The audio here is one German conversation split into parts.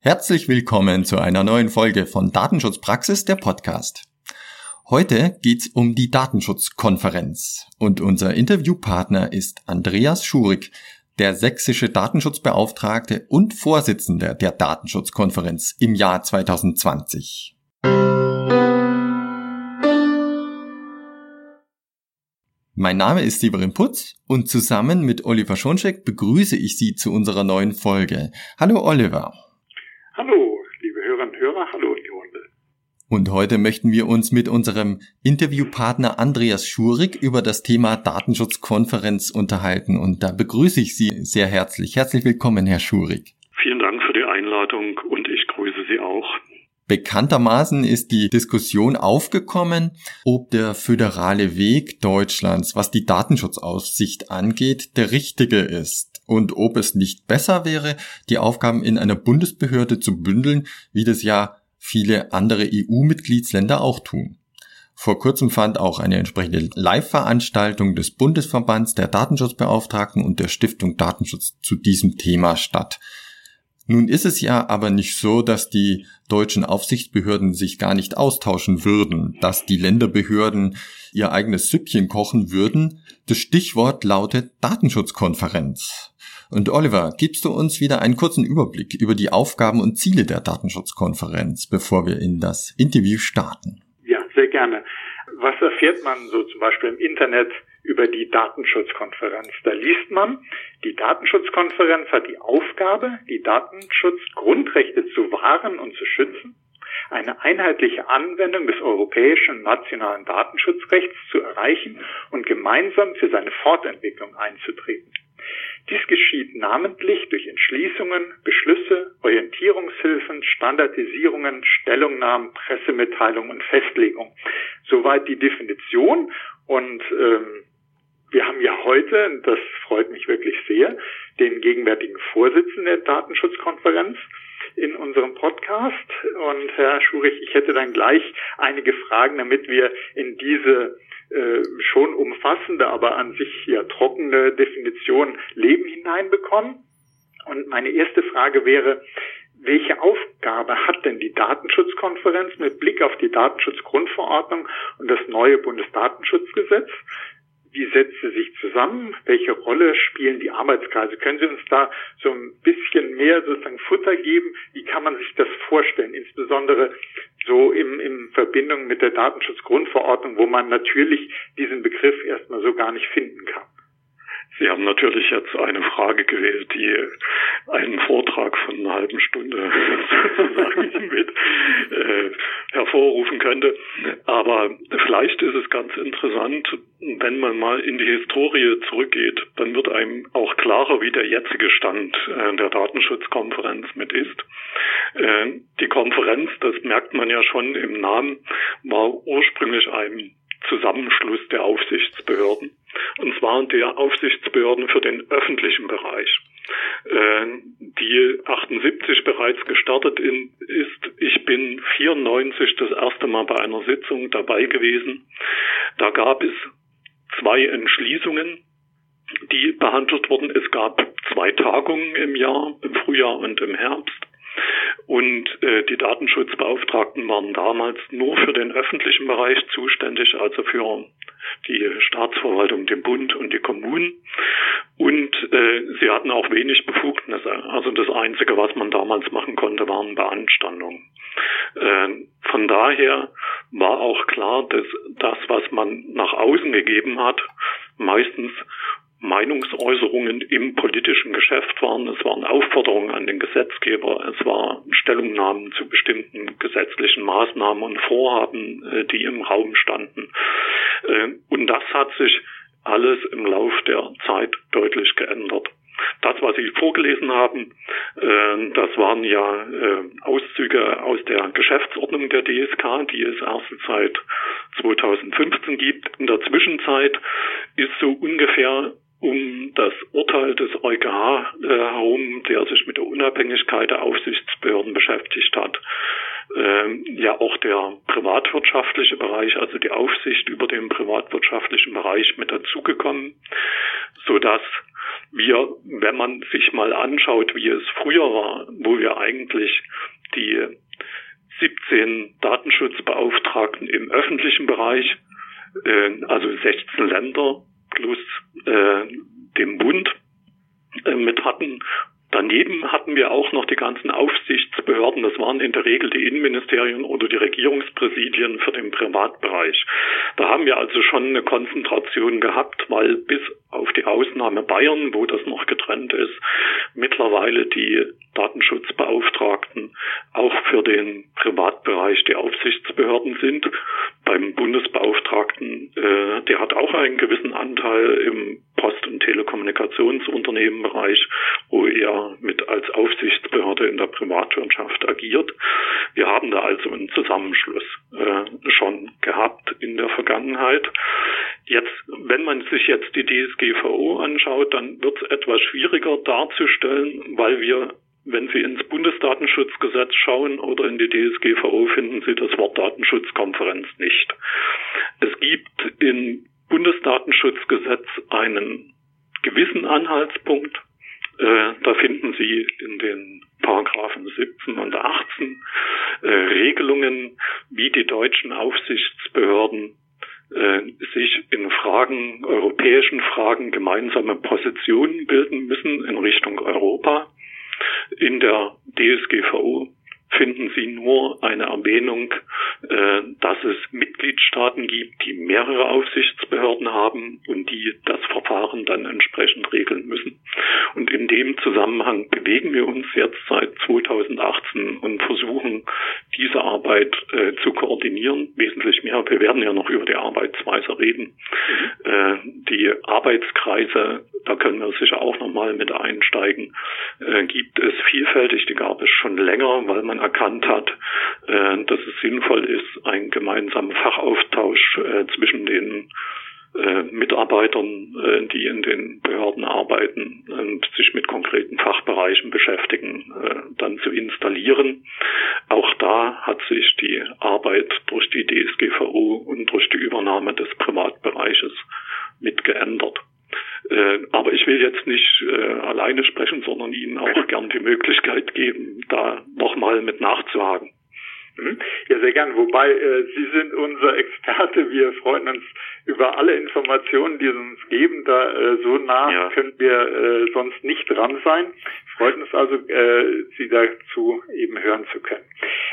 Herzlich willkommen zu einer neuen Folge von Datenschutzpraxis, der Podcast. Heute geht's um die Datenschutzkonferenz und unser Interviewpartner ist Andreas Schurig, der sächsische Datenschutzbeauftragte und Vorsitzender der Datenschutzkonferenz im Jahr 2020. Mein Name ist Severin Putz und zusammen mit Oliver Schoncheck begrüße ich Sie zu unserer neuen Folge. Hallo Oliver. Hallo, liebe Hörerinnen und Hörer, hallo in die Runde. Und heute möchten wir uns mit unserem Interviewpartner Andreas Schurig über das Thema Datenschutzkonferenz unterhalten. Und da begrüße ich Sie sehr herzlich. Herzlich willkommen, Herr Schurig. Vielen Dank für die Einladung und ich grüße Sie auch. Bekanntermaßen ist die Diskussion aufgekommen, ob der föderale Weg Deutschlands, was die Datenschutzaufsicht angeht, der richtige ist und ob es nicht besser wäre, die Aufgaben in einer Bundesbehörde zu bündeln, wie das ja viele andere EU-Mitgliedsländer auch tun. Vor kurzem fand auch eine entsprechende Live-Veranstaltung des Bundesverbands der Datenschutzbeauftragten und der Stiftung Datenschutz zu diesem Thema statt. Nun ist es ja aber nicht so, dass die deutschen Aufsichtsbehörden sich gar nicht austauschen würden, dass die Länderbehörden ihr eigenes Süppchen kochen würden. Das Stichwort lautet Datenschutzkonferenz. Und Oliver, gibst du uns wieder einen kurzen Überblick über die Aufgaben und Ziele der Datenschutzkonferenz, bevor wir in das Interview starten? Ja, sehr gerne. Was erfährt man so zum Beispiel im Internet über die Datenschutzkonferenz? Da liest man, die Datenschutzkonferenz hat die Aufgabe, die Datenschutzgrundrechte zu wahren und zu schützen, eine einheitliche Anwendung des europäischen und nationalen Datenschutzrechts zu erreichen und gemeinsam für seine Fortentwicklung einzutreten. Dies geschieht namentlich durch Entschließungen, Beschlüsse, Orientierungshilfen, Standardisierungen, Stellungnahmen, Pressemitteilungen und Festlegungen. Soweit die Definition. Und wir haben ja heute, das freut mich wirklich sehr, den gegenwärtigen Vorsitzenden der Datenschutzkonferenz in unserem Podcast. Und Herr Schurig, ich hätte dann gleich einige Fragen, damit wir in diese schon umfassende, aber an sich ja trockene Definition Leben hineinbekommen. Und meine erste Frage wäre, welche Aufgabe hat denn die Datenschutzkonferenz mit Blick auf die Datenschutzgrundverordnung und das neue Bundesdatenschutzgesetz? Wie setzt sie sich zusammen? Welche Rolle spielen die Arbeitskreise? Können Sie uns da so ein bisschen mehr sozusagen Futter geben? Wie kann man sich das vorstellen? Insbesondere so in Verbindung mit der Datenschutzgrundverordnung, wo man natürlich diesen Begriff erstmal so gar nicht finden kann. Sie haben natürlich jetzt eine Frage gewählt, die einen Vortrag von einer halben Stunde sozusagen mit hervorrufen könnte. Aber vielleicht ist es ganz interessant, wenn man mal in die Historie zurückgeht, dann wird einem auch klarer, wie der jetzige Stand der Datenschutzkonferenz mit ist. Die Konferenz, das merkt man ja schon im Namen, war ursprünglich ein Zusammenschluss der Aufsichtsbehörden, und zwar der Aufsichtsbehörden für den öffentlichen Bereich, die 78 bereits gestartet ist. Ich bin 94 das erste Mal bei einer Sitzung dabei gewesen. Da gab es 2 Entschließungen, die behandelt wurden. Es gab 2 Tagungen im Jahr, im Frühjahr und im Herbst. Und die Datenschutzbeauftragten waren damals nur für den öffentlichen Bereich zuständig, also für die Staatsverwaltung, den Bund und die Kommunen. Und sie hatten auch wenig Befugnisse. Also das Einzige, was man damals machen konnte, waren Beanstandungen. Von daher war auch klar, dass das, was man nach außen gegeben hat, meistens Meinungsäußerungen im politischen Geschäft waren. Es waren Aufforderungen an den Gesetzgeber. Es waren Stellungnahmen zu bestimmten gesetzlichen Maßnahmen und Vorhaben, die im Raum standen. Und das hat sich alles im Lauf der Zeit deutlich geändert. Das, was Sie vorgelesen haben, das waren ja Auszüge aus der Geschäftsordnung der DSK, die es erst seit 2015 gibt. In der Zwischenzeit ist so ungefähr um das Urteil des EuGH herum, der sich mit der Unabhängigkeit der Aufsichtsbehörden beschäftigt hat, ja auch der privatwirtschaftliche Bereich, also die Aufsicht über den privatwirtschaftlichen Bereich mit dazugekommen, sodass wenn man sich mal anschaut, wie es früher war, wo wir eigentlich die 17 Datenschutzbeauftragten im öffentlichen Bereich, also 16 Länder plus dem Bund mit hatten. Daneben hatten wir auch noch die ganzen Aufsichtsbehörden. Das waren in der Regel die Innenministerien oder die Regierungspräsidien für den Privatbereich. Da haben wir also schon eine Konzentration gehabt, weil bis auf die Ausnahme Bayern, wo das noch getrennt ist, mittlerweile die Datenschutzbeauftragten auch für den Privatbereich die Aufsichtsbehörden sind. Beim Bundesbeauftragten, der hat auch einen gewissen Anteil im Post- und Telekommunikationsunternehmenbereich, wo er mit als Aufsichtsbehörde in der Privatwirtschaft agiert. Wir haben da also einen Zusammenschluss schon gehabt in der Vergangenheit. Jetzt, wenn man sich jetzt die DSGVO anschaut, dann wird es etwas schwieriger darzustellen, weil wir, wenn Sie ins Bundesdatenschutzgesetz schauen oder in die DSGVO, finden Sie das Wort Datenschutzkonferenz nicht. Es gibt im Bundesdatenschutzgesetz einen gewissen Anhaltspunkt. Da finden Sie in den Paragraphen 17 und 18 Regelungen, wie die deutschen Aufsichtsbehörden sich in Fragen, europäischen Fragen gemeinsame Positionen bilden müssen in Richtung Europa. In der DSGVO finden Sie nur eine Erwähnung, dass es Mitgliedstaaten gibt, die mehrere Aufsichtsbehörden haben und die das Verfahren dann entsprechend regeln müssen. Und in dem Zusammenhang bewegen wir uns jetzt seit 2018 und versuchen, diese Arbeit zu koordinieren, wesentlich mehr. Wir werden ja noch über die Arbeitsweise reden. Die Arbeitskreise, da können wir sicher auch nochmal mit einsteigen, gibt es vielfältig, die gab es schon länger, weil man erkannt hat, dass es sinnvoll ist, einen gemeinsamen Fachaustausch zwischen den Mitarbeitern, die in den Behörden arbeiten und sich mit konkreten Fachbereichen beschäftigen, dann zu installieren. Auch da hat sich die Arbeit durch die DSGVO und durch die Übernahme des Privatbereiches mit geändert. Aber ich will jetzt nicht alleine sprechen, sondern Ihnen auch gern die Möglichkeit geben, da nochmal mit nachzuhaken. Ja, sehr gern. Wobei, Sie sind unser Experte. Wir freuen uns über alle Informationen, die Sie uns geben. Da so nah können wir sonst nicht dran sein. Freut uns also, Sie dazu eben hören zu können.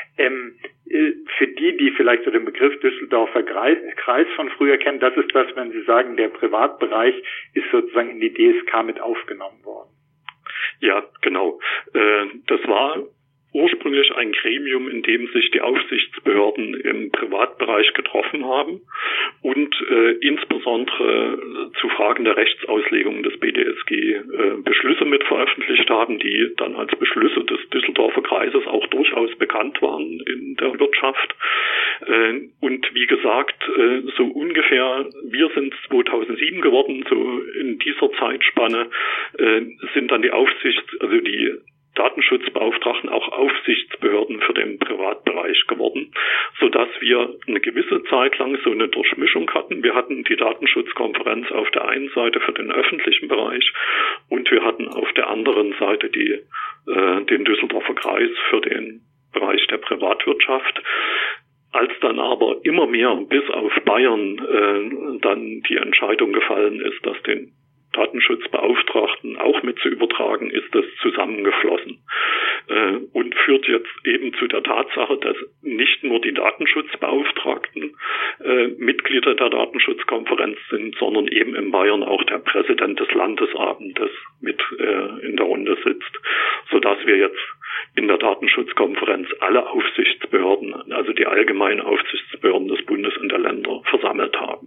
Für die vielleicht so den Begriff Düsseldorfer Kreis von früher kennen, das ist das, wenn Sie sagen, der Privatbereich ist sozusagen in die DSK mit aufgenommen worden. Ja, genau. Das war ursprünglich ein Gremium, in dem sich die Aufsichtsbehörden im Privatbereich getroffen haben und insbesondere zu Fragen der Rechtsauslegung des BDSG Beschlüsse mit veröffentlicht haben, die dann als Beschlüsse des Düsseldorfer Kreises auch durchaus bekannt waren in der Wirtschaft. Und wie gesagt, so ungefähr, wir sind 2007 geworden, so in dieser Zeitspanne sind dann die die Datenschutzbeauftragten auch Aufsichtsbehörden für den Privatbereich geworden, sodass wir eine gewisse Zeit lang so eine Durchmischung hatten. Wir hatten die Datenschutzkonferenz auf der einen Seite für den öffentlichen Bereich und wir hatten auf der anderen Seite den Düsseldorfer Kreis für den Bereich der Privatwirtschaft. Als dann aber immer mehr bis auf Bayern dann die Entscheidung gefallen ist, dass den Datenschutzbeauftragten auch mit zu übertragen, ist das zusammengeflossen und führt jetzt eben zu der Tatsache, dass nicht nur die Datenschutzbeauftragten Mitglieder der Datenschutzkonferenz sind, sondern eben in Bayern auch der Präsident des Landesamtes mit in der Runde sitzt, sodass wir jetzt in der Datenschutzkonferenz alle Aufsichtsbehörden, also die allgemeinen Aufsichtsbehörden des Bundes und der Länder versammelt haben.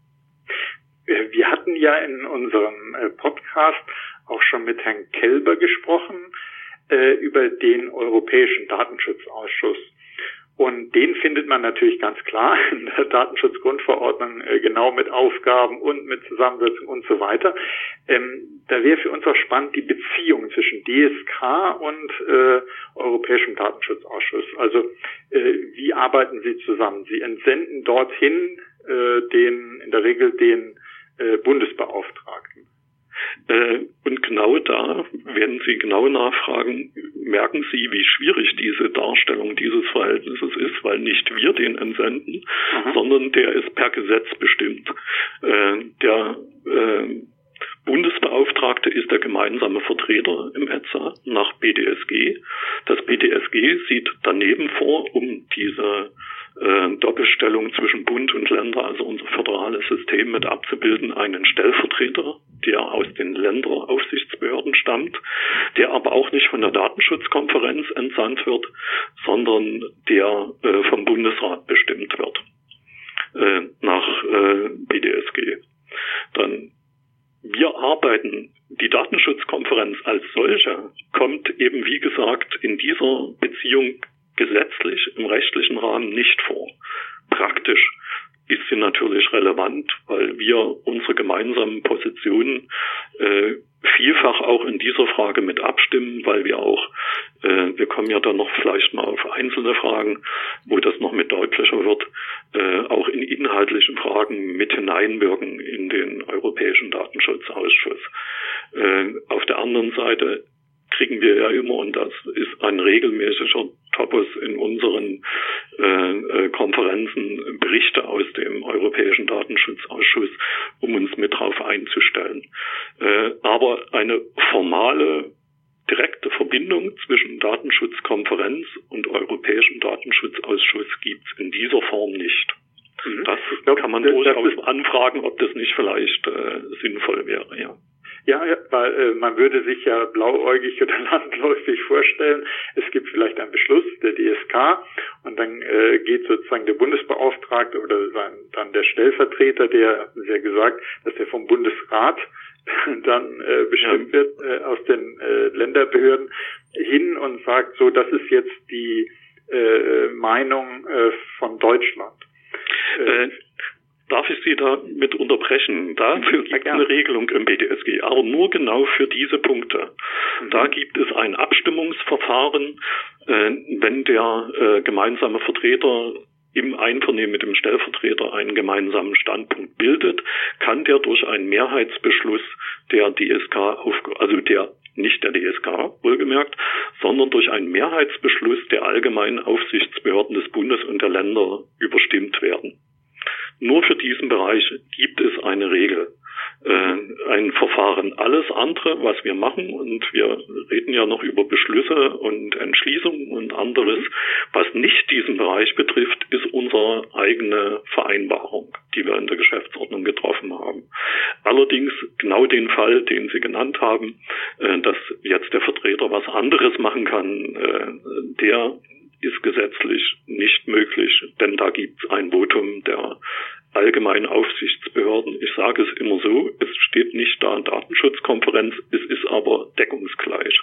Wir hatten ja in unserem Podcast auch schon mit Herrn Kelber gesprochen über den Europäischen Datenschutzausschuss. Und den findet man natürlich ganz klar in der Datenschutzgrundverordnung genau mit Aufgaben und mit Zusammensetzung und so weiter. Da wäre für uns auch spannend die Beziehung zwischen DSK und Europäischem Datenschutzausschuss. Also wie arbeiten Sie zusammen? Sie entsenden dorthin in der Regel den Bundesbeauftragten. Und genau da, wenn Sie genau nachfragen, merken Sie, wie schwierig diese Darstellung dieses Verhältnisses ist, weil nicht wir den entsenden, sondern der ist per Gesetz bestimmt. Der Bundesbeauftragte ist der gemeinsame Vertreter im ETSA nach BDSG. Das BDSG sieht daneben vor, um diese Doppelstellung zwischen Bund und Länder, also unser föderales System mit abzubilden, einen Stellvertreter, der aus den Länderaufsichtsbehörden stammt, der aber auch nicht von der Datenschutzkonferenz entsandt wird, sondern der vom Bundesrat bestimmt wird nach BDSG. Dann wir arbeiten, die Datenschutzkonferenz als solche kommt eben, wie gesagt, in dieser Beziehung gesetzlich im rechtlichen Rahmen nicht vor. Praktisch ist sie natürlich relevant, weil wir unsere gemeinsamen Positionen vielfach auch in dieser Frage mit abstimmen, weil wir auch, wir kommen ja dann noch vielleicht mal auf einzelne Fragen, wo das noch mit deutlicher wird, auch in inhaltlichen Fragen mit hineinwirken in den Europäischen Datenschutzausschuss. Auf der anderen Seite kriegen wir ja immer, und das ist ein regelmäßiger Topos in unseren Konferenzen, Berichte aus dem Europäischen Datenschutzausschuss, um uns mit drauf einzustellen. Aber eine formale, direkte Verbindung zwischen Datenschutzkonferenz und Europäischem Datenschutzausschuss gibt es in dieser Form nicht. Das kann man durchaus anfragen, ob das nicht vielleicht sinnvoll wäre, ja. Ja, weil man würde sich ja blauäugig oder landläufig vorstellen, es gibt vielleicht einen Beschluss der DSK und dann geht sozusagen der Bundesbeauftragte oder dann der Stellvertreter, der, haben Sie ja gesagt, dass der vom Bundesrat dann bestimmt wird aus den Länderbehörden hin und sagt, so, das ist jetzt die Meinung von Deutschland. Darf ich Sie da mit unterbrechen? Dafür gibt es eine Regelung im BDSG, aber nur genau für diese Punkte. Da gibt es ein Abstimmungsverfahren, wenn der gemeinsame Vertreter im Einvernehmen mit dem Stellvertreter einen gemeinsamen Standpunkt bildet, kann der durch einen Mehrheitsbeschluss der DSK, also der nicht der DSK, wohlgemerkt, sondern durch einen Mehrheitsbeschluss der allgemeinen Aufsichtsbehörden des Bundes und der Länder überstimmt werden. Nur für diesen Bereich gibt es eine Regel, ein Verfahren. Alles andere, was wir machen, und wir reden ja noch über Beschlüsse und Entschließungen und anderes, was nicht diesen Bereich betrifft, ist unsere eigene Vereinbarung, die wir in der Geschäftsordnung getroffen haben. Allerdings genau den Fall, den Sie genannt haben, dass jetzt der Vertreter was anderes machen kann, der ist gesetzlich nicht möglich, denn da gibt es ein Votum der allgemeinen Aufsichtsbehörden. Ich sage es immer so, es steht nicht da Datenschutzkonferenz, es ist aber deckungsgleich.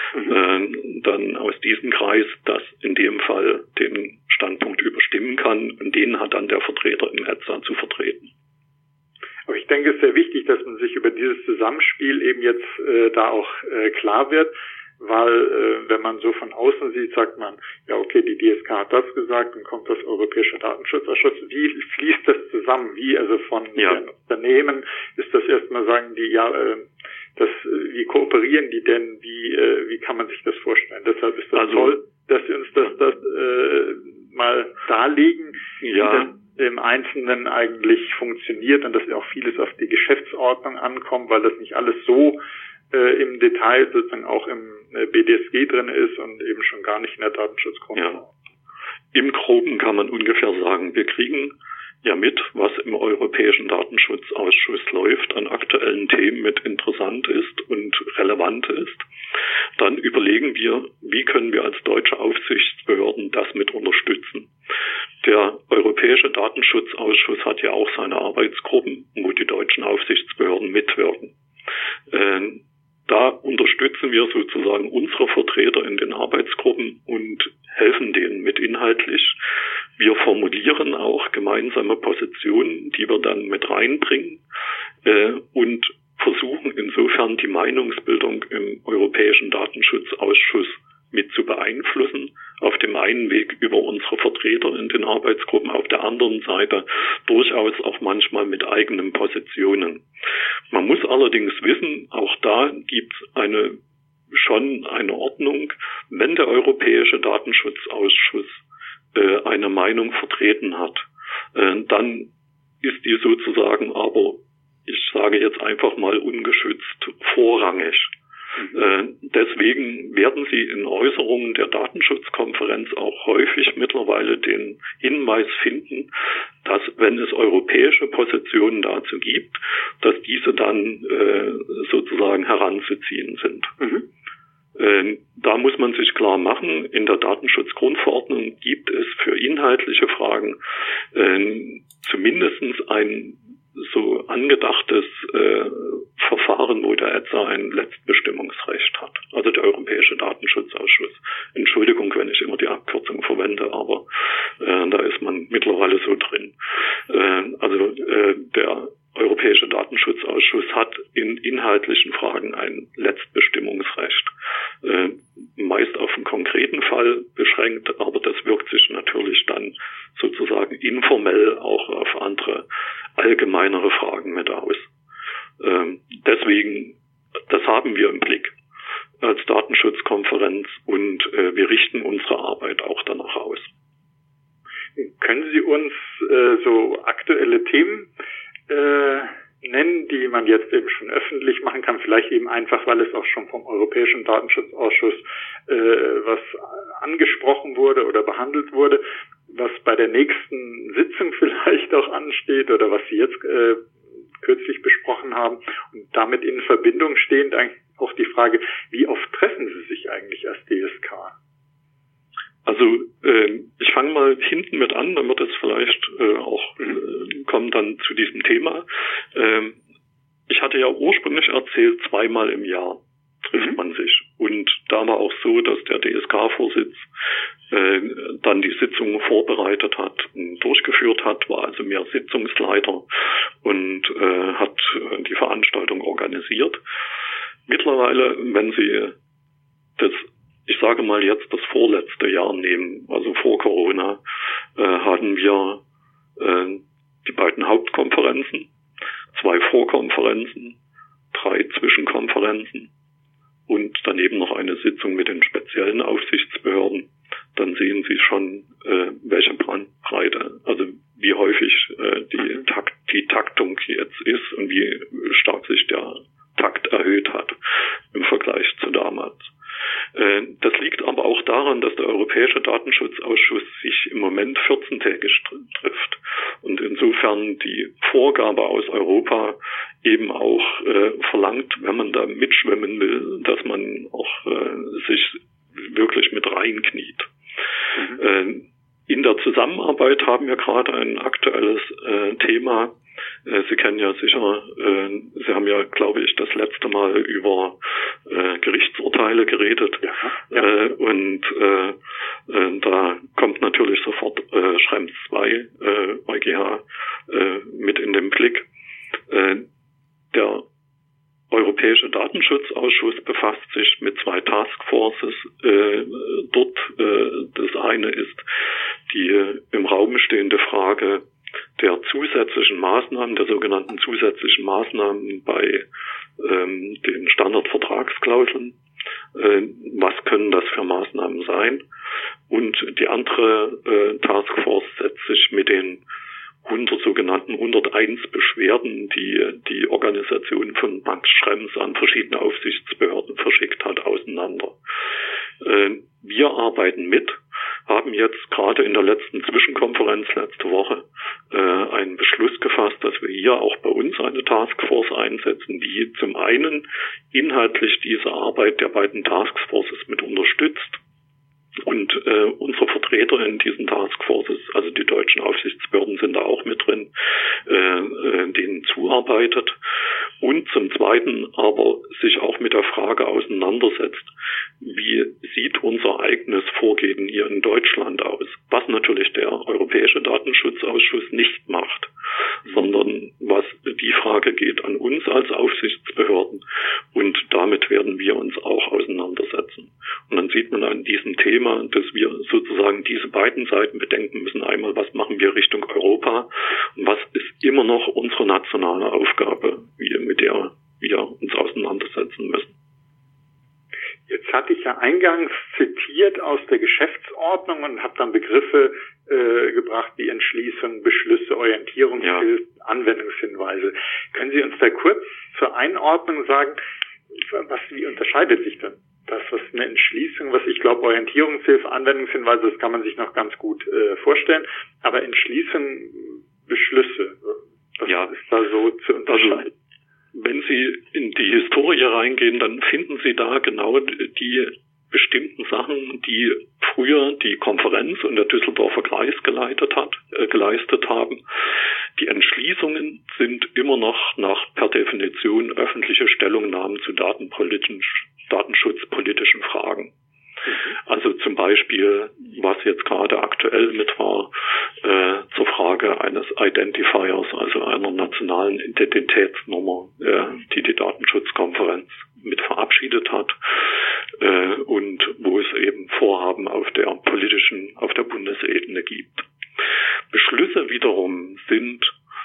Dann aus diesem Kreis, das in dem Fall den Standpunkt überstimmen kann, und den hat dann der Vertreter im ETSA zu vertreten. Aber ich denke, es ist sehr wichtig, dass man sich über dieses Zusammenspiel eben jetzt da auch klar wird, weil wenn man so von außen sieht, sagt man, ja okay, die DSK hat das gesagt, dann kommt das Europäische Datenschutzausschuss. Wie fließt das zusammen? Wie, also von den Unternehmen ist das erstmal, sagen die, wie kooperieren die denn? Wie kann man sich das vorstellen? Deshalb ist das toll, dass Sie uns das mal darlegen, wie das im Einzelnen eigentlich funktioniert und dass auch vieles auf die Geschäftsordnung ankommt, weil das nicht alles so im Detail sozusagen auch im BDSG drin ist und eben schon gar nicht in der Datenschutzgrundverordnung. Ja. Im Groben kann man ungefähr sagen, wir kriegen ja mit, was im Europäischen Datenschutzausschuss läuft, an aktuellen Themen mit interessant ist und relevant ist. Dann überlegen wir, wie können wir als deutsche Aufsichtsbehörden das mit unterstützen. Der Europäische Datenschutzausschuss hat ja auch seine Arbeitsgruppen, wo die deutschen Aufsichtsbehörden mitwirken. Da unterstützen wir sozusagen unsere Vertreter in den Arbeitsgruppen und helfen denen mit inhaltlich. Wir formulieren auch gemeinsame Positionen, die wir dann mit reinbringen und versuchen insofern die Meinungsbildung im Europäischen Datenschutzausschuss mit zu beeinflussen. Auf dem einen Weg über unsere Vertreter in den Arbeitsgruppen, auf der anderen Seite durchaus auch manchmal mit eigenen Positionen. Man muss allerdings wissen, auch da gibt es schon eine Ordnung, wenn der Europäische Datenschutzausschuss eine Meinung vertreten hat, dann ist die sozusagen aber, ich sage jetzt einfach mal ungeschützt, vorrangig. Deswegen werden Sie in Äußerungen der Datenschutzkonferenz auch häufig mittlerweile den Hinweis finden, dass, wenn es europäische Positionen dazu gibt, dass diese dann sozusagen heranzuziehen sind. Da muss man sich klar machen, in der Datenschutzgrundverordnung gibt es für inhaltliche Fragen zumindest ein so angedachtes Verfahren, wo der ETSA ein Letztbestimmungsrecht hat. Also der Europäische Datenschutzausschuss. Entschuldigung, wenn ich immer die Abkürzung verwende, aber da ist man mittlerweile so drin. Der Europäische Datenschutzausschuss hat in inhaltlichen Fragen ein Letztbestimmungsrecht. Meist auf einen konkreten Fall beschränkt, aber das wirkt sich natürlich dann sozusagen informell auch auf andere allgemeinere Fragen mit aus. Deswegen, das haben wir im Blick als Datenschutzkonferenz und wir richten unsere Arbeit auch danach aus. Können Sie uns so aktuelle Themen nennen, die man jetzt eben schon öffentlich machen kann, vielleicht eben einfach, weil es auch schon vom Europäischen Datenschutzausschuss was angesprochen wurde oder behandelt wurde, was bei der nächsten Sitzung vielleicht auch ansteht oder was Sie jetzt kürzlich besprochen haben, und damit in Verbindung stehend eigentlich auch die Frage, wie oft treffen Sie sich eigentlich als DSK? Also ich fange mal hinten mit an, dann wird es vielleicht auch kommen dann zu diesem Thema. Ich hatte ja ursprünglich erzählt, 2-mal im Jahr trifft man sich. Und da war auch so, dass der DSK-Vorsitz dann die Sitzungen vorbereitet hat und durchgeführt hat, war also mehr Sitzungsleiter und hat die Veranstaltung organisiert. Mittlerweile, wenn Sie das, ich sage mal jetzt das vorletzte Jahr nehmen, also vor Corona, hatten wir die beiden Hauptkonferenzen, 2 Vorkonferenzen, 3 Zwischenkonferenzen und daneben noch eine Sitzung mit den speziellen Aufsichtsbehörden. Dann sehen Sie schon, welche Bandbreite, also wie häufig die Taktung jetzt ist und wie stark sich der Takt erhöht hat im Vergleich zu damals. Das liegt aber auch daran, dass der Europäische Datenschutzausschuss sich im Moment 14-tägig trifft und insofern die Vorgabe aus Europa eben auch verlangt, wenn man da mitschwimmen will, dass man auch sich wirklich mit reinkniet. In der Zusammenarbeit haben wir gerade ein aktuelles Thema. Sie kennen ja sicher, Sie haben ja, glaube ich, das letzte Mal über Gerichtsurteile geredet. Ja. Und da kommt natürlich sofort Schrems 2 EuGH mit in den Blick. Der Europäische Datenschutzausschuss befasst sich mit 2 Taskforces dort. Das eine ist die im Raum stehende Frage der zusätzlichen Maßnahmen, der sogenannten zusätzlichen Maßnahmen bei den Standardvertragsklauseln. Was können das für Maßnahmen sein? Und die andere Taskforce setzt sich mit den sogenannten 101 Beschwerden, die die Organisation von Max Schrems an verschiedene Aufsichtsbehörden verschickt hat, auseinander. Wir arbeiten mit, haben jetzt gerade in der letzten Zwischenkonferenz letzte Woche einen Beschluss gefasst, dass wir hier auch bei uns eine Taskforce einsetzen, die zum einen inhaltlich diese Arbeit der beiden Taskforces mit unterstützt und unsere Vertreter in diesen Taskforces, also die deutschen Aufsichtsbehörden sind da auch mit drin, denen zuarbeitet und zum Zweiten aber sich auch mit der Frage auseinandersetzt, wie sieht unser eigenes Vorgehen hier in Deutschland aus, was natürlich der Europäische Datenschutzausschuss nicht macht, sondern was die Frage geht an uns als Aufsichtsbehörden und damit werden wir uns auch auseinandersetzen. Und dann sieht man an diesem Thema, dass wir sozusagen diese beiden Seiten bedenken müssen. Einmal, was machen wir Richtung Europa und was ist immer noch unsere nationale Aufgabe, mit der wir uns auseinandersetzen müssen. Jetzt hatte ich ja eingangs zitiert aus der Geschäftsordnung und habe dann Begriffe gebracht wie Entschließung, Beschlüsse, Orientierungshilfen, Anwendungshinweise. Können Sie uns da kurz zur Einordnung sagen, wie unterscheidet sich denn das, was eine Entschließung, was ich glaube Orientierungshilfe, Anwendungshinweise, das kann man sich noch ganz gut vorstellen, aber Entschließung, Beschlüsse, was ist da so zu unterscheiden? Also, wenn Sie in die Historie reingehen, dann finden Sie da genau die bestimmten Sachen, die früher die Konferenz und der Düsseldorfer Kreis geleistet haben. Die Entschließungen sind immer noch per Definition öffentliche Stellungnahmen zu datenschutzpolitischen Fragen. Also zum Beispiel, was jetzt gerade aktuell mit war, zur Frage eines Identifiers, also einer nationalen Identitätsnummer, die Datenschutzkonferenz mit verabschiedet hat, und wo es eben Vorhaben auf der Bundesebene gibt. Beschlüsse wiederum sind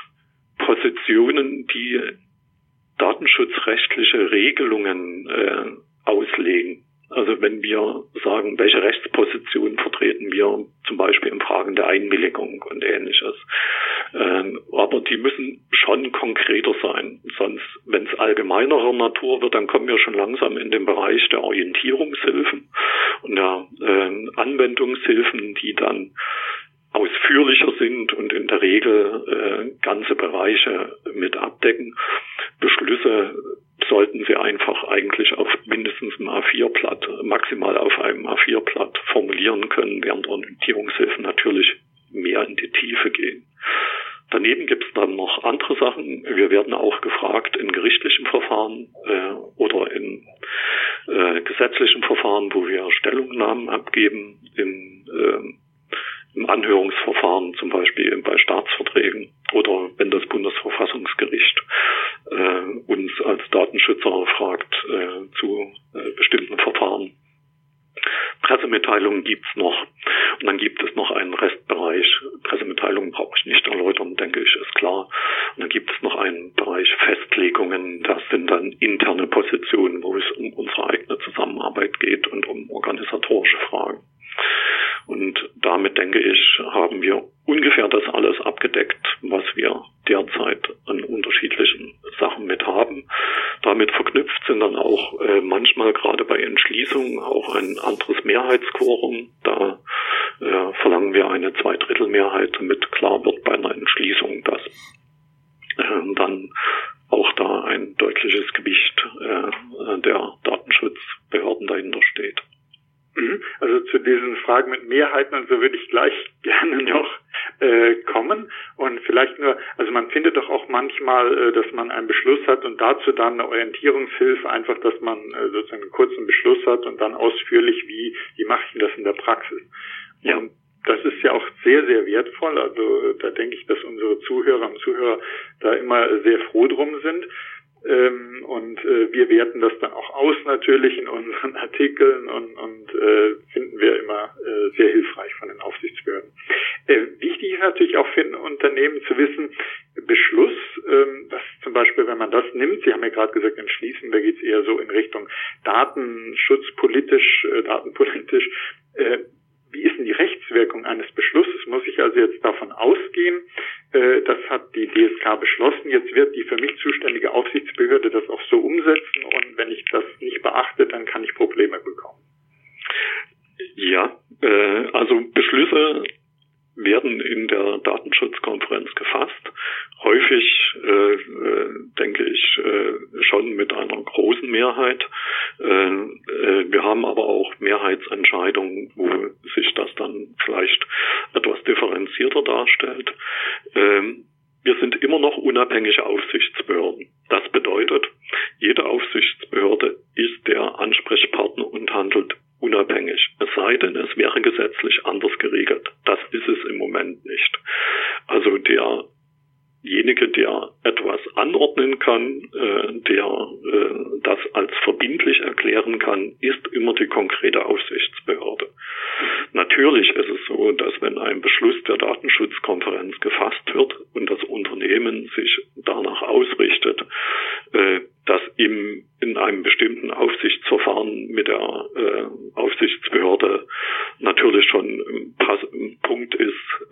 Positionen, die datenschutzrechtliche Regelungen auslegen. Also wenn wir sagen, welche Rechtsposition vertreten wir, zum Beispiel in Fragen der Einwilligung und Ähnliches. Aber die müssen schon konkreter sein. Sonst, wenn es allgemeinerer Natur wird, dann kommen wir schon langsam in den Bereich der Orientierungshilfen und der Anwendungshilfen, die dann ausführlicher sind und in der Regel ganze Bereiche mit abdecken. Beschlüsse sollten Sie einfach eigentlich auf mindestens einem A4-Blatt, maximal auf einem A4-Blatt formulieren können, während Orientierungshilfen natürlich mehr in die Tiefe gehen. Daneben gibt es dann noch andere Sachen. Wir werden auch gefragt in gerichtlichen Verfahren oder in gesetzlichen Verfahren, wo wir Stellungnahmen abgeben, im Anhörungsverfahren, zum Beispiel bei Staatsverträgen oder wenn das Bundesverfassungsgericht uns als Datenschützer fragt zu bestimmten Verfahren. Pressemitteilungen gibt's noch. Und dann gibt es noch einen Restbereich. Pressemitteilungen brauche ich nicht erläutern, denke ich, ist klar. Und dann gibt es noch einen Bereich Festlegungen. Das sind dann interne Positionen, wo es um unsere eigene Zusammenarbeit geht und um organisatorische Fragen. Und damit, denke ich, haben wir ungefähr das alles abgedeckt, was wir derzeit an unterschiedlichen Sachen mit haben. Damit verknüpft sind dann auch manchmal gerade bei Entschließungen auch ein anderes Mehrheitsquorum. Da verlangen wir eine Zweidrittelmehrheit, damit klar wird bei einer Entschließung, dass dann auch da ein deutliches Gewicht der Datenschutzbehörden dahinter steht. Also zu diesen Fragen mit Mehrheiten und so würde ich gleich gerne noch kommen. Und vielleicht nur, also man findet doch auch manchmal, dass man einen Beschluss hat und dazu dann eine Orientierungshilfe, einfach, dass man sozusagen einen kurzen Beschluss hat und dann ausführlich, wie mache ich denn das in der Praxis? Ja. Und das ist ja auch sehr, sehr wertvoll. Also da denke ich, dass unsere Zuhörer und Zuhörer da immer sehr froh drum sind. Und wir werten das dann auch aus natürlich in unseren Artikeln und finden wir immer sehr hilfreich von den Aufsichtsbehörden. Wichtig ist natürlich auch für ein Unternehmen zu wissen, Beschluss, dass zum Beispiel, wenn man das nimmt, Sie haben ja gerade gesagt, entschließen, da geht es eher so in Richtung datenschutzpolitisch, datenpolitisch. Wie ist denn die Rechtswirkung eines Beschlusses? Muss ich also jetzt davon ausgehen, das hat die DSK beschlossen, jetzt wird die für mich zuständige Aufsichtsbehörde das auch so umsetzen und wenn ich das nicht beachte, dann kann ich Probleme bekommen? Ja, also Beschlüsse werden in der Datenschutzkonferenz gefasst. Häufig, denke ich, schon mit einer großen Mehrheit. Wir haben aber auch Mehrheitsentscheidungen, wo sich das dann vielleicht etwas differenzierter darstellt. Wir sind immer noch unabhängige Aufsichtsbehörden. Das bedeutet, jede Aufsichtsbehörde ist der Ansprechpartner und handelt unabhängig. Es sei denn, es wäre gesetzlich anders geregelt. Das ist es im Moment nicht. Also derjenige, der etwas anordnen kann, der das als verbindlich erklären kann, ist immer die konkrete Aufsichtsbehörde. Natürlich ist es so, dass wenn ein Beschluss der Datenschutzkonferenz gefasst wird und das Unternehmen sich danach ausrichtet, dass in einem bestimmten Aufsichtsverfahren mit der Aufsichtsbehörde natürlich schon ein Punkt ist,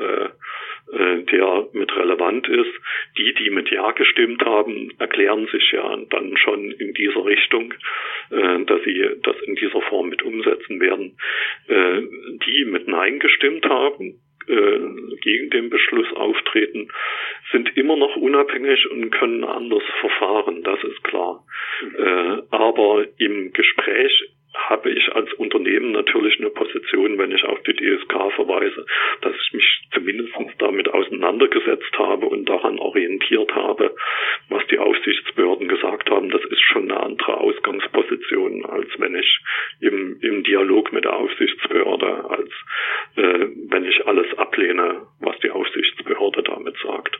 der mit relevant ist. Die mit Ja gestimmt haben, erklären sich ja dann schon in dieser Richtung, dass sie das in dieser Form mit umsetzen werden. Die mit Nein gestimmt haben, gegen den Beschluss auftreten, sind immer noch unabhängig und können anders verfahren, das ist klar. Aber im Gespräch habe ich als Unternehmen natürlich eine Position, wenn ich auf die DSK verweise, dass ich mich zumindest damit auseinandergesetzt habe und daran orientiert habe, was die Aufsichtsbehörden gesagt haben. Das ist schon eine andere Ausgangsposition, als wenn ich im Dialog mit der Aufsichtsbehörde, als wenn ich alles ablehne, was die Aufsichtsbehörde damit sagt.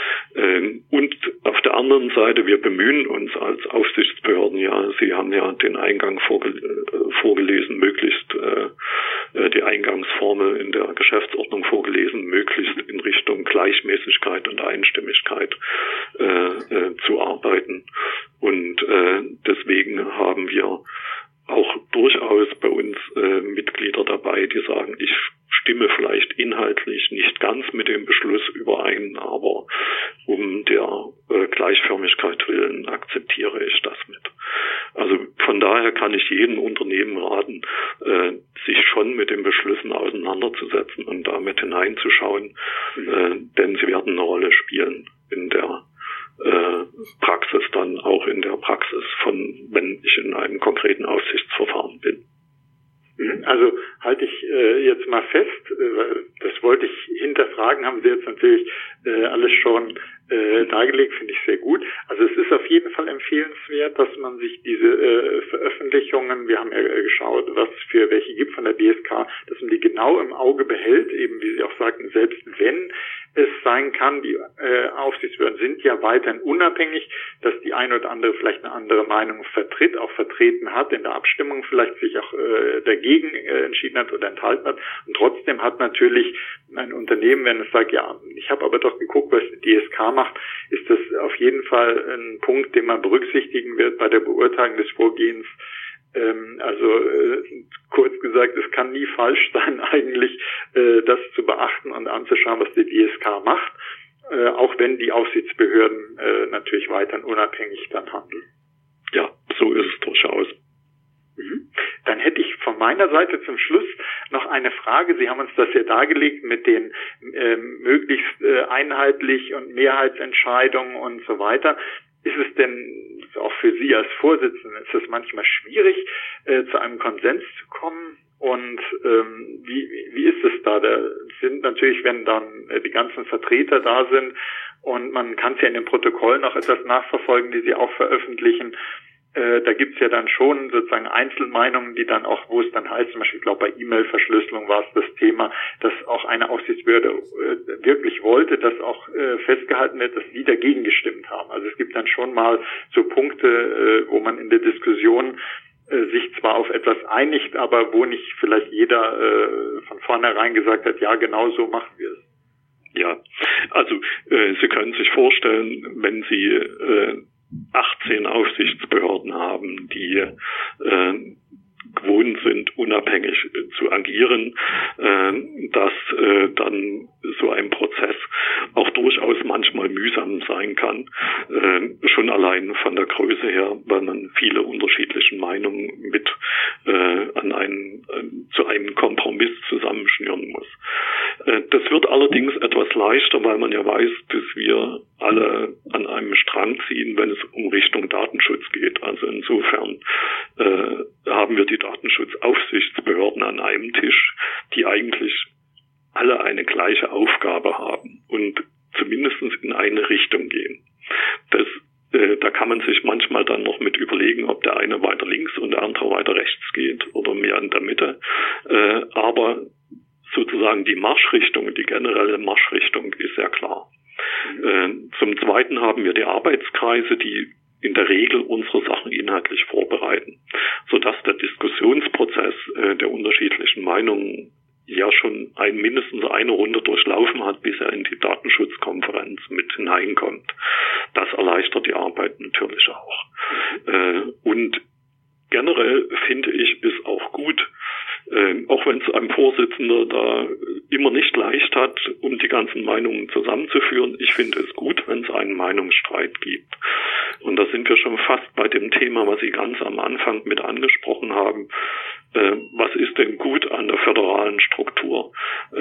Und auf der anderen Seite, wir bemühen uns als Aufsichtsbehörden, ja, Sie haben ja den Eingang vorgelesen, möglichst die Eingangsformel in der Geschäftsordnung vorgelesen, möglichst in Richtung Gleichmäßigkeit und Einstimmigkeit zu arbeiten. Und deswegen haben wir auch durchaus bei uns Mitglieder dabei, die sagen, ich stimme vielleicht inhaltlich nicht ganz mit dem Beschluss überein, aber um der Gleichförmigkeit willen akzeptiere ich das mit. Also von daher kann ich jedem Unternehmen raten, sich schon mit den Beschlüssen auseinanderzusetzen und damit hineinzuschauen, denn sie werden eine Rolle spielen in der Praxis, dann auch in der Praxis wenn ich in einem konkreten Aufsichtsverfahren bin. Also halte ich jetzt mal fest, das wollte ich hinterfragen, haben Sie jetzt natürlich alles schon dargelegt, finde ich sehr gut. Also es ist auf jeden Fall empfehlenswert, dass man sich diese Veröffentlichungen, wir haben ja geschaut, was für welche gibt von der DSK, dass man die genau im Auge behält, eben wie Sie auch sagten, selbst wenn es sein kann, die Aufsichtsbehörden sind ja weiterhin unabhängig, dass die eine oder andere vielleicht eine andere Meinung vertreten hat, in der Abstimmung vielleicht sich auch dagegen entschieden hat oder enthalten hat. Und trotzdem hat natürlich ein Unternehmen, wenn es sagt, ja, ich habe aber doch geguckt, was die DSK macht, ist das auf jeden Fall ein Punkt, den man berücksichtigen wird bei der Beurteilung des Vorgehens. Kurz gesagt, es kann nie falsch sein, eigentlich das zu beachten und anzuschauen, was die DSK macht, auch wenn die Aufsichtsbehörden natürlich weiterhin unabhängig dann handeln. Ja, so ist es durchaus. Dann hätte ich von meiner Seite zum Schluss noch eine Frage. Sie haben uns das ja dargelegt mit den möglichst einheitlich und Mehrheitsentscheidungen und so weiter. Ist es denn auch für Sie als Vorsitzenden, ist es manchmal schwierig, zu einem Konsens zu kommen? Und wie ist es da? Da sind natürlich, wenn dann die ganzen Vertreter da sind und man kann es ja in den Protokollen auch etwas nachverfolgen, die Sie auch veröffentlichen, da gibt's ja dann schon sozusagen Einzelmeinungen, die dann auch, wo es dann heißt, zum Beispiel, ich glaube bei E-Mail-Verschlüsselung war es das Thema, dass auch eine Aufsichtsbehörde wirklich wollte, dass auch festgehalten wird, dass die dagegen gestimmt haben. Also es gibt dann schon mal so Punkte, wo man in der Diskussion sich zwar auf etwas einigt, aber wo nicht vielleicht jeder von vornherein gesagt hat, ja, genau so machen wir es. Ja, also Sie können sich vorstellen, wenn Sie 18 Aufsichtsbehörden haben, die gewohnt sind, unabhängig zu agieren, dass dann so ein Prozess auch durchaus manchmal mühsam sein kann, schon allein von der Größe her, weil man viele unterschiedliche Meinungen mit zu einem Kompromiss zusammenschnüren muss. Das wird allerdings etwas leichter, weil man ja weiß, dass wir alle an einem Strang ziehen, wenn es um Richtung Datenschutz geht. Also insofern haben wir die Datenschutzaufsichtsbehörden an einem Tisch, die eigentlich alle eine gleiche Aufgabe haben und zumindest in eine Richtung gehen. Da kann man sich manchmal dann noch mit überlegen, ob der eine weiter links und der andere weiter rechts geht oder mehr in der Mitte. Aber sozusagen die Marschrichtung, die generelle Marschrichtung ist sehr klar. Zum Zweiten haben wir die Arbeitskreise, die in der Regel unsere Sachen inhaltlich vorbereiten, sodass der Diskussionsprozess der unterschiedlichen Meinungen ja schon mindestens eine Runde durchlaufen hat, bis er in die Datenschutzkonferenz mit hineinkommt. Das erleichtert die Arbeit natürlich auch. Und generell finde ich es auch gut, auch wenn es einem Vorsitzender da immer nicht leicht hat, um die ganzen Meinungen zusammenzuführen. Ich finde es gut, wenn es einen Meinungsstreit gibt. Und da sind wir schon fast bei dem Thema, was Sie ganz am Anfang mit angesprochen haben. Was ist denn gut an der föderalen Struktur?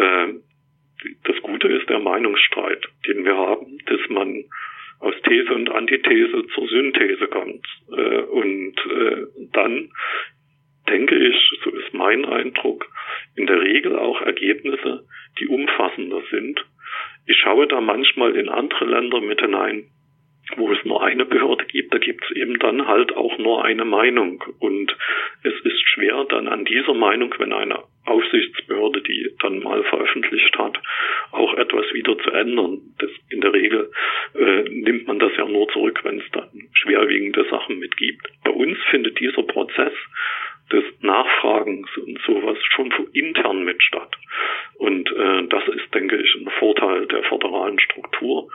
Das Gute ist der Meinungsstreit, den wir haben, dass man aus These und Antithese zur Synthese kommt. Und dann denke ich, so ist mein Eindruck, in der Regel auch Ergebnisse, die umfassender sind. Ich schaue da manchmal in andere Länder mit hinein, wo es nur eine Behörde gibt, da gibt es eben dann halt auch nur eine Meinung. Und es ist schwer, dann an dieser Meinung, wenn eine Aufsichtsbehörde die dann mal veröffentlicht hat, auch etwas wieder zu ändern. In der Regel nimmt man das ja nur zurück, wenn es dann schwerwiegende Sachen mit gibt. Bei uns findet dieser Prozess des Nachfragens und sowas schon intern mit statt. Und das ist, denke ich, ein Vorteil der föderalen Struktur.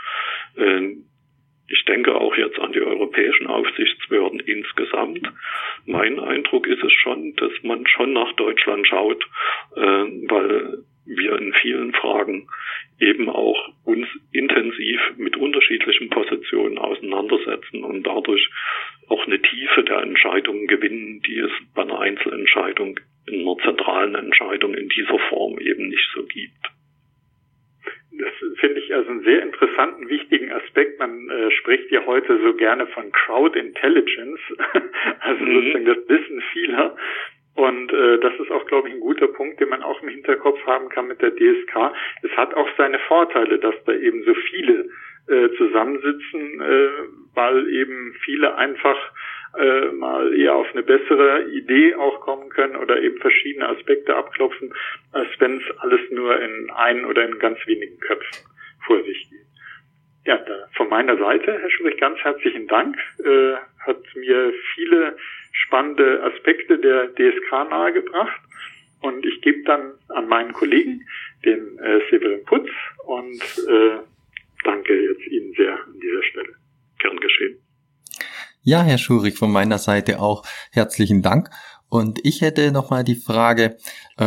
Ich denke auch jetzt an die europäischen Aufsichtsbehörden insgesamt. Mein Eindruck ist es schon, dass man schon nach Deutschland schaut, weil wir in vielen Fragen eben auch uns intensiv mit unterschiedlichen Positionen auseinandersetzen und dadurch auch eine Tiefe der Entscheidungen gewinnen, die es bei einer Einzelentscheidung, in einer zentralen Entscheidung in dieser Form eben nicht so gibt. Das finde ich also einen sehr interessanten, wichtigen Aspekt. Man spricht ja heute so gerne von Crowd Intelligence, also sozusagen das Wissen vieler. Und das ist auch, glaube ich, ein guter Punkt, den man auch im Hinterkopf haben kann mit der DSK. Es hat auch seine Vorteile, dass da eben so viele zusammensitzen, weil eben viele einfach mal eher auf eine bessere Idee auch kommen können oder eben verschiedene Aspekte abklopfen, als wenn es alles nur in einen oder in ganz wenigen Köpfen vor sich geht. Ja, von meiner Seite, Herr Schurich, ganz herzlichen Dank. Hat mir viele spannende Aspekte der DSK nahegebracht. Und ich gebe dann an meinen Kollegen, den Severin Putz, und danke jetzt Ihnen sehr an dieser Stelle. Gern geschehen. Ja, Herr Schurich, von meiner Seite auch herzlichen Dank. Und ich hätte nochmal die Frage,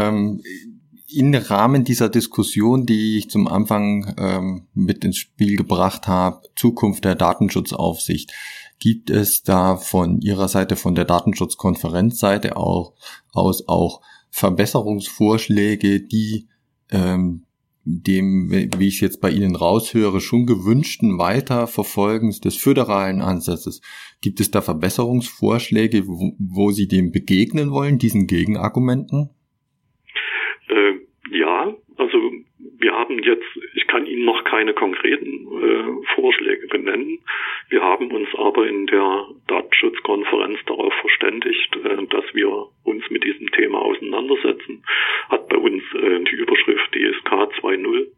im Rahmen dieser Diskussion, die ich zum Anfang mit ins Spiel gebracht habe, Zukunft der Datenschutzaufsicht, gibt es da von Ihrer Seite, von der Datenschutzkonferenzseite aus auch Verbesserungsvorschläge, die dem, wie ich es jetzt bei Ihnen raushöre, schon gewünschten Weiterverfolgens des föderalen Ansatzes? Gibt es da Verbesserungsvorschläge, wo Sie dem begegnen wollen, diesen Gegenargumenten? Ja, also wir haben jetzt, ich kann Ihnen noch keine konkreten Vorschläge benennen. Wir haben uns aber in der Datenschutzkonferenz darauf verständigt, dass wir uns mit diesem Thema auseinandersetzen. Hat bei uns die Überschrift DSK 2.0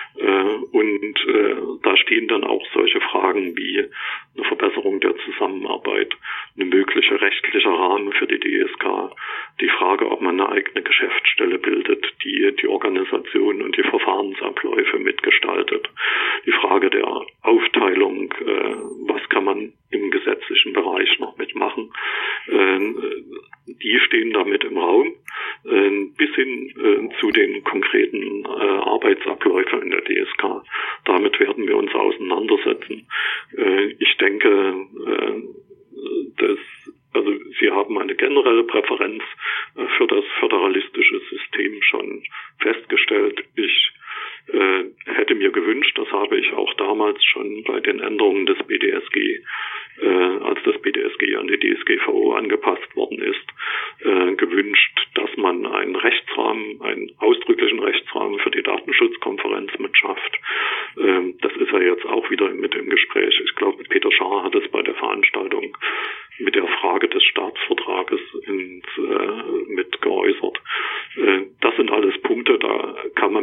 und da stehen dann auch solche Fragen wie eine Verbesserung der Zusammenarbeit, eine mögliche rechtliche Rahmen für die DSK, die Frage, ob man eine eigene Geschäftsstelle bildet, die die Organisation und die Verfahrensabläufe mitgestaltet, die Frage der Aufteilung, was kann man im gesetzlichen Bereich noch mitmachen, die stehen damit im Raum, bis hin zu den konkreten Arbeitsabläufen in der DSK. Damit werden wir uns auseinandersetzen. Ich denke, also Sie haben eine generelle Präferenz für das föderalistische System schon festgestellt. Ich hätte mir gewünscht, das habe ich auch damals schon bei den Änderungen des BDSG, als das BDSG an die DSGVO angepasst worden ist, gewünscht, dass man einen Rechtsrahmen, einen ausdrücklichen Rechtsrahmen für die Datenschutzkonferenz mitschafft. Das ist ja jetzt auch wieder mit im Gespräch. Ich glaube, Peter Schaar hat es bei der Veranstaltung mit der Frage des Staatsvertrages mit geäußert. Das sind alles Punkte, da kann man mitarbeiten.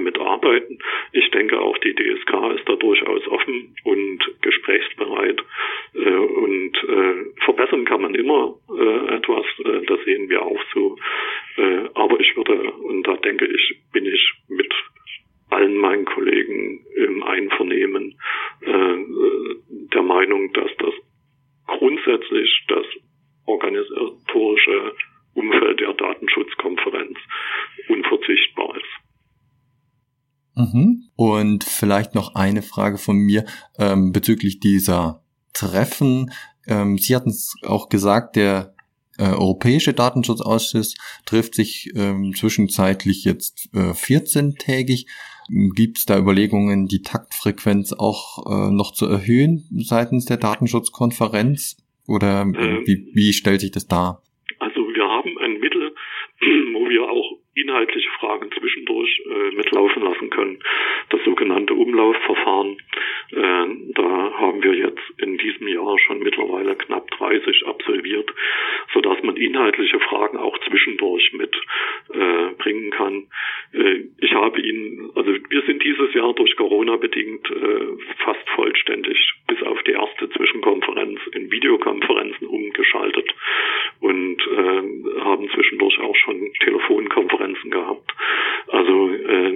arbeiten. Ich denke auch, die DSK ist da durchaus offen und gesprächsbereit. Und verbessern kann man immer etwas, das sehen wir auch so. Aber ich würde, und da denke ich, bin ich mit allen meinen Kollegen im Einvernehmen der Meinung, dass das grundsätzlich das organisatorische Umfeld der Datenschutzkonferenz unverzichtbar ist. Und vielleicht noch eine Frage von mir bezüglich dieser Treffen. Sie hatten es auch gesagt, der Europäische Datenschutzausschuss trifft sich zwischenzeitlich jetzt 14-tägig. Gibt es da Überlegungen, die Taktfrequenz auch noch zu erhöhen seitens der Datenschutzkonferenz? Oder wie stellt sich das dar? Also wir haben ein Mittel, wo wir auch inhaltliche Fragen zwischendurch mitlaufen lassen können. Das sogenannte Umlaufverfahren. Da haben wir jetzt in diesem Jahr schon mittlerweile knapp 30 absolviert, sodass man inhaltliche Fragen auch zwischendurch mitbringen kann. Ich habe wir sind dieses Jahr durch Corona bedingt fast vollständig bis auf die erste Zwischenkonferenz in Videokonferenzen umgeschaltet und haben zwischendurch auch schon Telefonkonferenzen gehabt. Also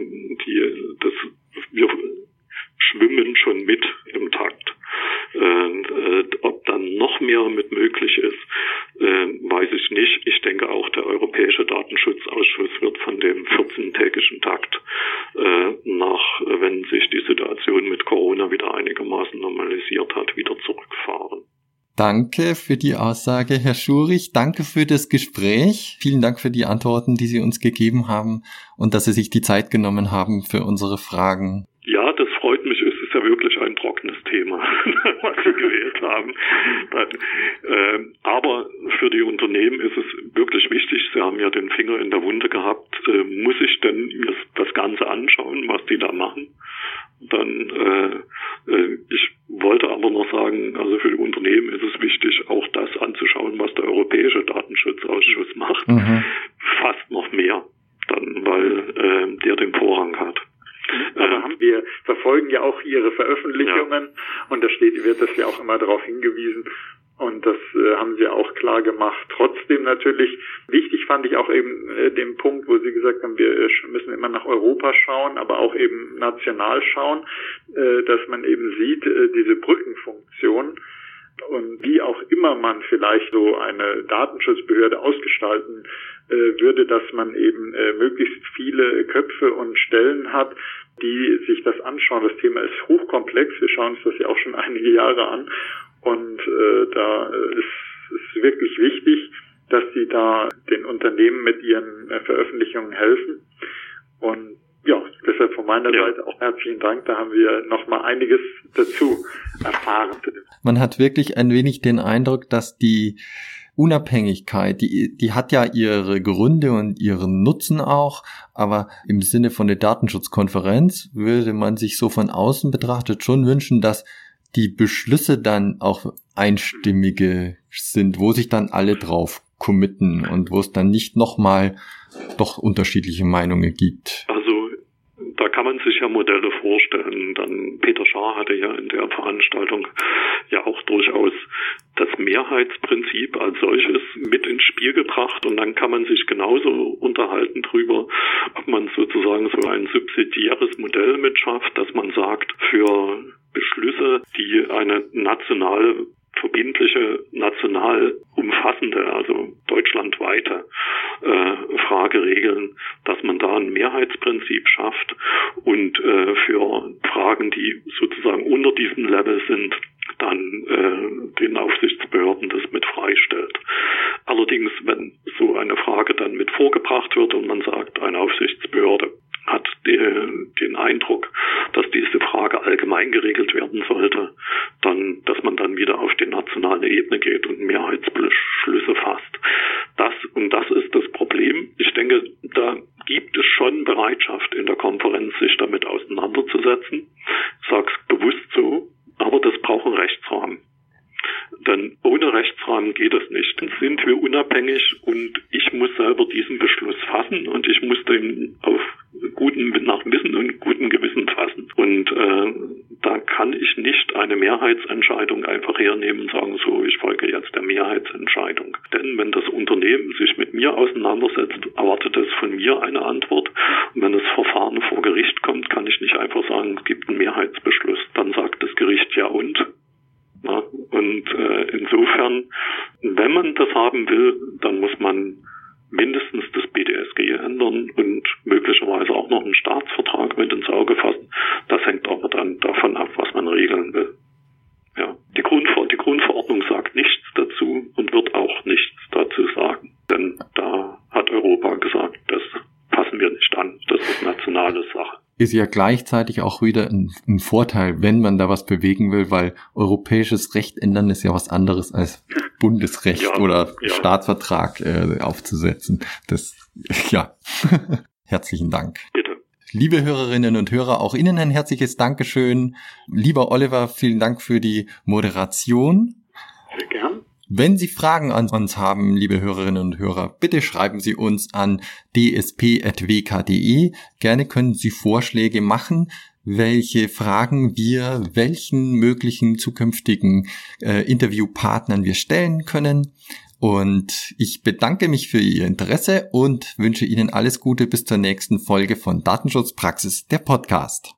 wir schwimmen schon mit im Takt. Ob dann noch mehr mit möglich ist, weiß ich nicht. Ich denke auch, der Europäische Datenschutzausschuss wird von dem 14-tägigen Takt wenn sich die Situation mit Corona wieder einigermaßen normalisiert hat, wieder zurückfahren. Danke für die Aussage, Herr Schurich. Danke für das Gespräch. Vielen Dank für die Antworten, die Sie uns gegeben haben und dass Sie sich die Zeit genommen haben für unsere Fragen. Ja, das freut mich. Es ist ja wirklich ein trockenes Thema, was Sie gewählt haben. Aber für die Unternehmen ist es wirklich wichtig. Sie haben ja den Finger in der Wunde gehabt. Muss ich denn mir das Ganze anschauen, was die da machen? Dann, ich wollte aber noch sagen, also für die Unternehmen ist es wichtig, auch das anzuschauen, was der Europäische Datenschutzausschuss macht. Fast noch mehr, dann, weil der den Vorrang hat. Wir verfolgen ja auch Ihre Veröffentlichungen und da wird das ja auch immer darauf hingewiesen. Und das haben Sie auch klar gemacht. Trotzdem natürlich, wichtig fand ich auch eben den Punkt, wo Sie gesagt haben, wir müssen immer nach Europa schauen, aber auch eben national schauen, dass man eben sieht, diese Brückenfunktion und wie auch immer man vielleicht so eine Datenschutzbehörde ausgestalten würde, dass man eben möglichst viele Köpfe und Stellen hat, die sich das anschauen. Das Thema ist hochkomplex. Wir schauen uns das ja auch schon einige Jahre an. Und da ist es wirklich wichtig, dass Sie da den Unternehmen mit Ihren Veröffentlichungen helfen. Und ja, deshalb von meiner Seite auch herzlichen Dank. Da haben wir nochmal einiges dazu erfahren. Man hat wirklich ein wenig den Eindruck, dass die Unabhängigkeit, die hat ja ihre Gründe und ihren Nutzen auch, aber im Sinne von der Datenschutzkonferenz würde man sich so von außen betrachtet schon wünschen, dass die Beschlüsse dann auch einstimmige sind, wo sich dann alle drauf committen und wo es dann nicht nochmal doch unterschiedliche Meinungen gibt. Also da kann man sich ja Modelle vorstellen. Dann Peter Schaar hatte ja in der Veranstaltung ja auch durchaus das Mehrheitsprinzip als solches mit ins Spiel gebracht und dann kann man sich genauso unterhalten drüber, ob man sozusagen so ein subsidiäres Modell mitschafft, dass man sagt, für Beschlüsse, die eine nationale verbindliche, national umfassende, also deutschlandweite Frage regeln, dass man da ein Mehrheitsprinzip schafft und für Fragen, die sozusagen unter diesem Level sind, dann den Aufsichtsbehörden das mit freistellt. Allerdings, wenn so eine Frage dann mit vorgebracht wird und man sagt, eine Aufsichtsbehörde hat den Eindruck, dass diese Frage allgemein geregelt werden sollte, dann, dass man dann wieder auf die nationale Ebene geht und Mehrheitsbeschlüsse fasst. Das ist das Problem. Ich denke, da gibt es schon Bereitschaft in der Konferenz, sich damit auseinanderzusetzen. Ich sage es bewusst so, aber das braucht einen Rechtsrahmen. Denn ohne Rechtsrahmen geht es nicht. Dann sind wir unabhängig und ich muss selber diesen Beschluss fassen und ich muss den auf nach Wissen und gutem Gewissen fassen. Und da kann ich nicht eine Mehrheitsentscheidung einfach hernehmen und sagen, so, ich folge jetzt der Mehrheitsentscheidung. Denn wenn das Unternehmen sich mit mir auseinandersetzt, erwartet es von mir eine Antwort. Und wenn das Verfahren vor Gericht kommt, kann ich nicht einfach sagen, es gibt einen Mehrheitsbeschluss. Dann sagt das Gericht ja und. Ja, und insofern, wenn man das haben will, dann muss man mindestens das BDSG ändern und möglicherweise auch noch einen Staatsvertrag mit ins Auge fassen. Das hängt aber dann davon ab, was man regeln will. Ja, die Grundverordnung sagt nichts dazu und wird auch nichts dazu sagen. Denn da hat Europa gesagt, das passen wir nicht an. Das ist nationale Sache. Ist ja gleichzeitig auch wieder ein Vorteil, wenn man da was bewegen will, weil europäisches Recht ändern ist ja was anderes als Bundesrecht oder Staatsvertrag aufzusetzen. Herzlichen Dank. Bitte. Liebe Hörerinnen und Hörer, auch Ihnen ein herzliches Dankeschön. Lieber Oliver, vielen Dank für die Moderation. Sehr gern. Wenn Sie Fragen an uns haben, liebe Hörerinnen und Hörer, bitte schreiben Sie uns an dsp@wk.de. Gerne können Sie Vorschläge machen, welche Fragen wir welchen möglichen zukünftigen Interviewpartnern wir stellen können. Und ich bedanke mich für Ihr Interesse und wünsche Ihnen alles Gute bis zur nächsten Folge von Datenschutzpraxis, der Podcast.